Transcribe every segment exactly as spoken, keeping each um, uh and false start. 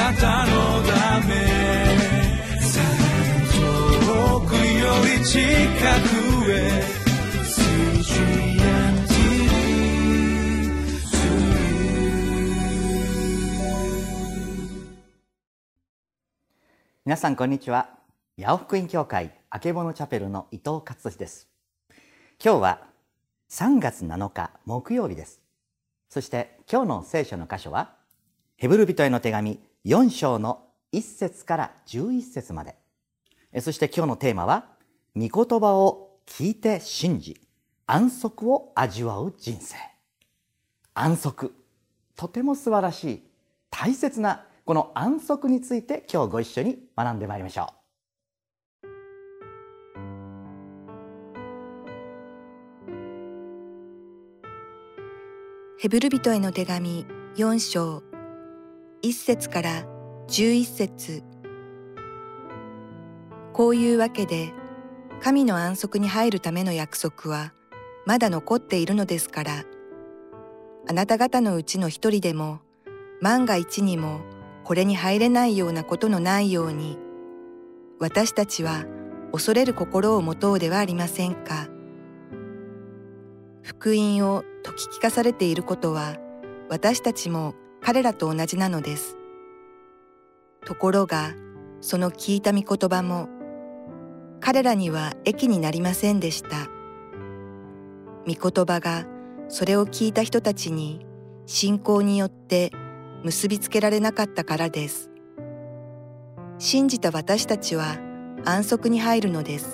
なたのため遠くより近くへ皆さんこんにちは。八尾福音教会あけぼのチャペルの伊藤勝利です。今日はさんがつなのか木曜日です。そして今日の聖書の箇所はヘブル人への手紙よん章のいっ節からじゅういっ節まで。そして今日のテーマは御言葉を聞いて信じ安息を味わう人生。安息、とても素晴らしい大切なこの安息について今日ご一緒に学んでまいりましょう。 ヘブル人への手紙よん章いっ節からじゅういっ節。こういうわけで神の安息に入るための約束はまだ残っているのですから、あなた方のうちの一人でも万が一にもこれに入れないようなことのないように、私たちは恐れる心を持とうではありませんか。福音を説き聞かされていることは、私たちも彼らと同じなのです。ところが、その聞いた御言葉も、彼らには益になりませんでした。御言葉がそれを聞いた人たちに信仰によって結びつけられなかったからです。信じた私たちは安息に入るのです。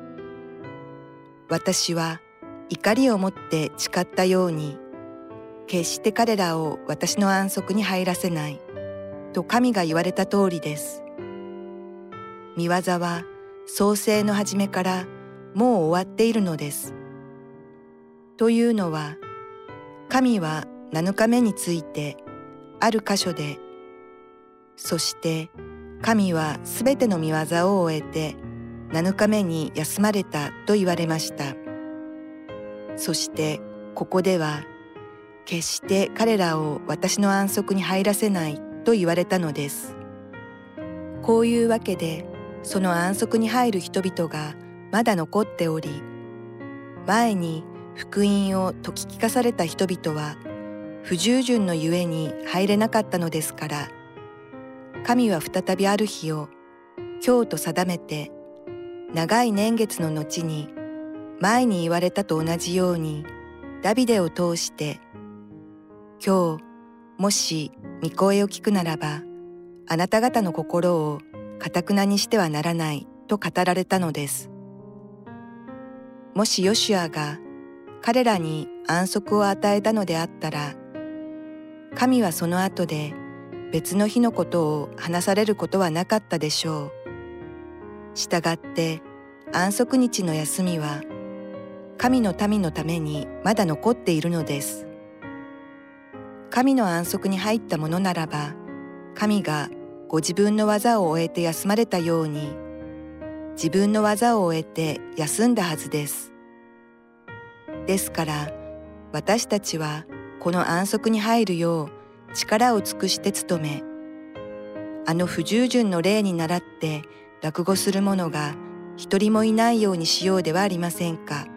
私は怒りをもって誓ったように、決して彼らを私の安息に入らせない、と神が言われた通りです。御業は創世の初めからもう終わっているのです。というのは、神はなのかめについて、ある箇所で、そして神はすべての御業を終えてなのかめに休まれたと言われました。そしてここでは、決して彼らを私の安息に入らせないと言われたのです。こういうわけで、その安息に入る人々がまだ残っており、前に福音を説き聞かされた人々は、不従順のゆえに入れなかったのですから、神は再びある日を今日と定めて、長い年月の後に前に言われたと同じようにダビデを通して、今日もし御声を聞くならば、あなた方の心を堅くなにしてはならないと語られたのです。もしヨシュアが彼らに安息を与えたのであったら、神はその後で別の日のことを話されることはなかったでしょう。したがって安息日の休みは神の民のためにまだ残っているのです。神の安息に入ったものならば、神がご自分の技を終えて休まれたように、自分の技を終えて休んだはずです。ですから私たちはこの安息に入るよう力を尽くして努め、あの不従順の例に倣って落語する者が一人もいないようにしようではありませんか。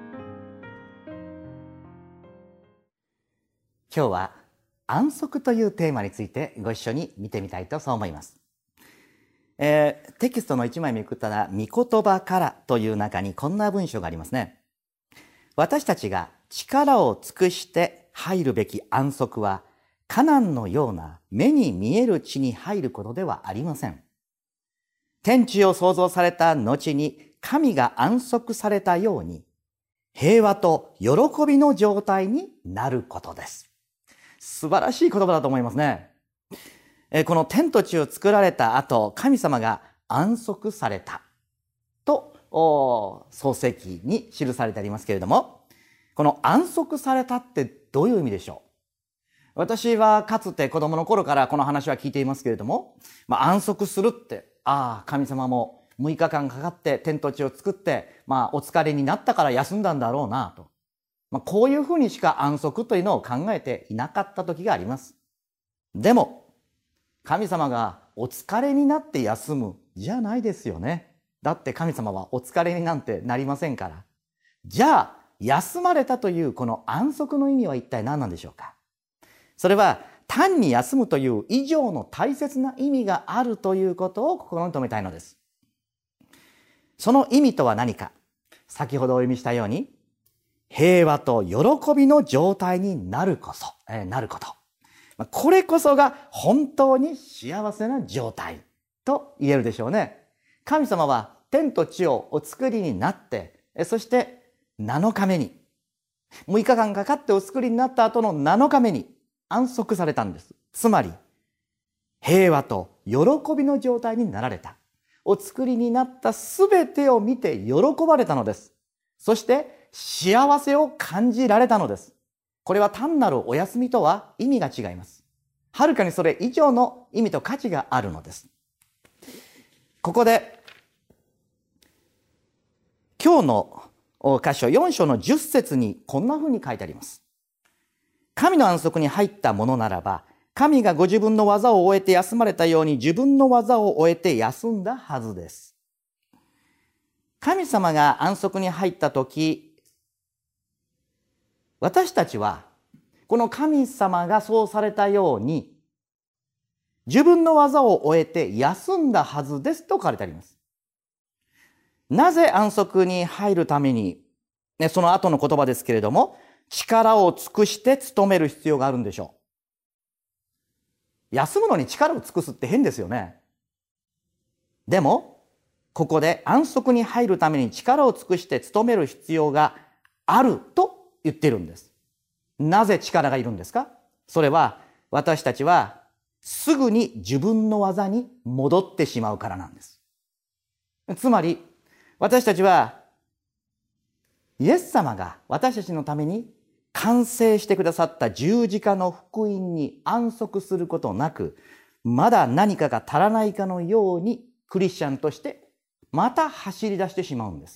今日は安息というテーマについてご一緒に見てみたいとそう思います。えー、テキストの一枚めくったら御言葉からという中にこんな文章がありますね。私たちが力を尽くして入るべき安息はカナンのような目に見える地に入ることではありません。天地を創造された後に神が安息されたように平和と喜びの状態になることです。素晴らしい言葉だと思いますね。この天と地を作られた後、神様が安息されたと創世記に記されてありますけれども、この安息されたってどういう意味でしょう。私はかつて子供の頃からこの話は聞いていますけれども、まあ、安息するって、ああ神様もむいかかんかかって天と地を作って、まあ、お疲れになったから休んだんだろうなと、まあ、こういうふうにしか安息というのを考えていなかった時があります。でも神様がお疲れになって休むじゃないですよね。だって神様はお疲れになんてなりませんから。じゃあ休まれたというこの安息の意味は一体何なんでしょうか。それは単に休むという以上の大切な意味があるということを心に留めたいのです。その意味とは何か。先ほどお読みしたように、平和と喜びの状態になるこそ、えー、なること。これこそが本当に幸せな状態と言えるでしょうね。神様は天と地をお作りになって、そしてなのかめに、むいかかんかかってお作りになった後のなのかめに安息されたんです。つまり、平和と喜びの状態になられた。お作りになったすべてを見て喜ばれたのです。そして幸せを感じられたのです。これは単なるお休みとは意味が違います。はるかにそれ以上の意味と価値があるのです。ここで、今日の箇所よん章のじゅっ節にこんな風に書いてあります。神の安息に入ったものならば、神がご自分の技を終えて休まれたように自分の技を終えて休んだはずです。神様が安息に入ったとき、私たちはこの神様がそうされたように自分の技を終えて休んだはずですと書かれてあります。なぜ安息に入るために、ね、その後の言葉ですけれども、力を尽くして努める必要があるんでしょう。休むのに力を尽くすって変ですよね。でもここで安息に入るために力を尽くして努める必要があると言っているんです。なぜ力がいるんですか？それは私たちはすぐに自分の技に戻ってしまうからなんです。つまり私たちはイエス様が私たちのために完成してくださった十字架の福音に安息することなく、まだ何かが足らないかのようにクリスチャンとしてまた走り出してしまうんです。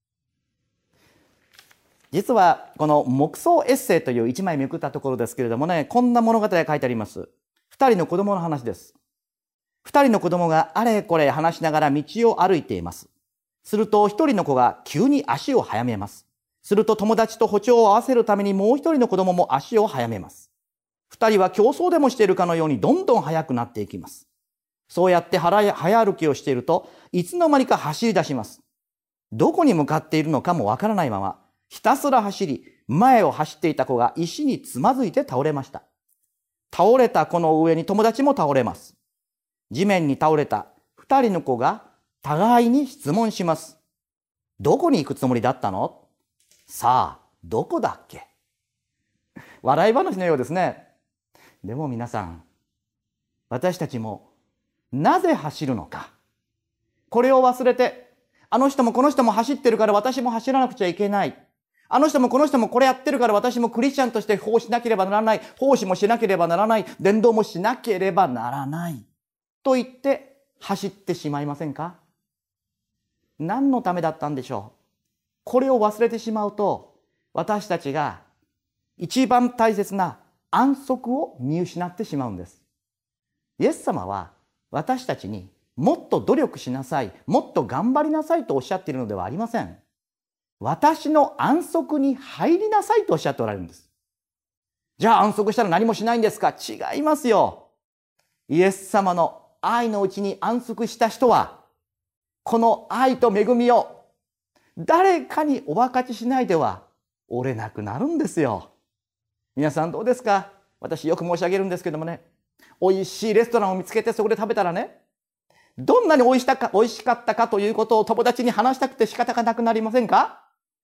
実はこの黙想エッセイという一枚めくったところですけれどもね、こんな物語が書いてあります。二人の子供の話です。二人の子供があれこれ話しながら道を歩いています。すると一人の子が急に足を速めます。すると友達と歩調を合わせるためにもう一人の子供も足を速めます。二人は競争でもしているかのようにどんどん速くなっていきます。そうやって早歩きをしているといつの間にか走り出します。どこに向かっているのかもわからないままひたすら走り、前を走っていた子が石につまずいて倒れました。倒れた子の上に友達も倒れます。地面に倒れた二人の子が互いに質問します。どこに行くつもりだったの？さあ、どこだっけ？笑い話のようですね。でも皆さん、私たちもなぜ走るのか。これを忘れて、あの人もこの人も走ってるから私も走らなくちゃいけない。あの人もこの人もこれやってるから私もクリスチャンとして奉仕しなければならない。奉仕もしなければならない。伝道もしなければならない。と言って走ってしまいませんか？何のためだったんでしょう。これを忘れてしまうと、私たちが一番大切な安息を見失ってしまうんです。イエス様は私たちにもっと努力しなさい、もっと頑張りなさいとおっしゃっているのではありません。私の安息に入りなさいとおっしゃっておられるんです。じゃあ安息したら何もしないんですか？違いますよ。イエス様の愛のうちに安息した人は、この愛と恵みを誰かにお分かちしないでは折れなくなるんですよ。皆さんどうですか？私よく申し上げるんですけどもね、美味しいレストランを見つけてそこで食べたらね、どんなに美味しかったか、美味しかったかということを友達に話したくて仕方がなくなりませんか？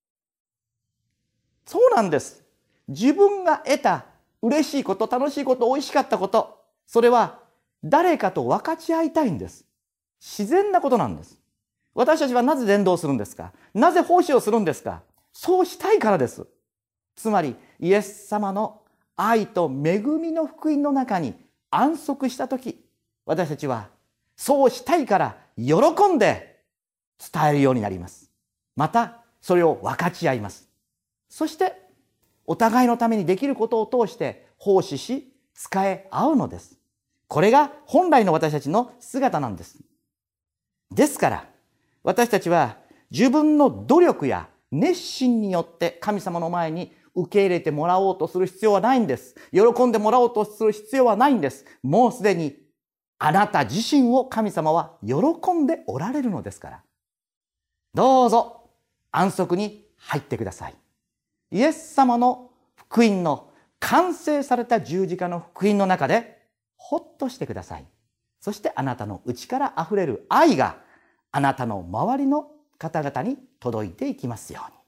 そうなんです。自分が得た嬉しいこと、楽しいこと、美味しかったこと、それは誰かと分かち合いたいんです。自然なことなんです。私たちはなぜ伝道するんですか？なぜ奉仕をするんですか？そうしたいからです。つまりイエス様の愛と恵みの福音の中に安息したとき、私たちはそうしたいから喜んで伝えるようになります。またそれを分かち合います。そしてお互いのためにできることを通して奉仕し使え合うのです。 これが本来の私たちの姿なんです。ですから、私たちは自分の努力や熱心によって神様の前に受け入れてもらおうとする必要はないんです。喜んでもらおうとする必要はないんです。もうすでにあなた自身を神様は喜んでおられるのですから。どうぞ安息に入ってください。イエス様の福音の完成された十字架の福音の中でほっとしてください。そしてあなたの内からあふれる愛があなたの周りの方々に届いていきますように。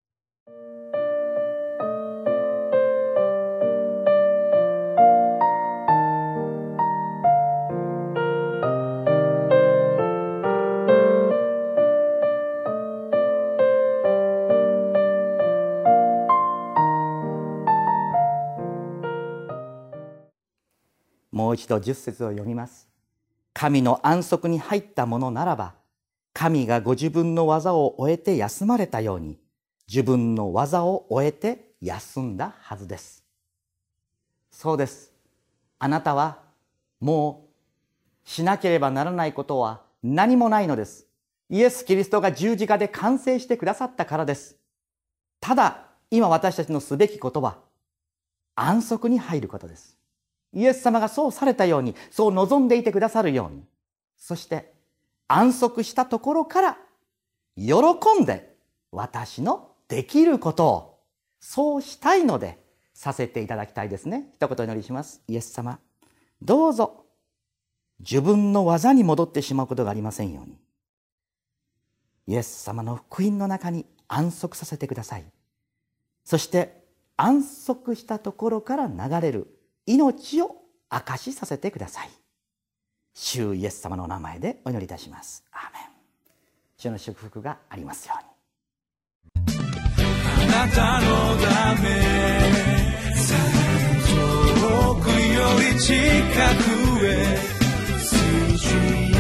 もう一度十節を読みます。神の安息に入ったものならば、神がご自分の技を終えて休まれたように、自分の技を終えて休んだはずです。そうです。あなたはもうしなければならないことは何もないのです。イエス・キリストが十字架で完成してくださったからです。ただ、今私たちのすべきことは安息に入ることです。イエス様がそうされたように、そう望んでいてくださるように、そして安息したところから喜んで私のできることをそうしたいのでさせていただきたいですね。一言お祈りします。イエス様、どうぞ自分の技に戻ってしまうことがありませんように、イエス様の福音の中に安息させてください。そして安息したところから流れる命を明かしさせてください。主イエス様の名前でお祈りいたします。アーメン。主の祝福がありますように。 あなたのため遠くより近くへ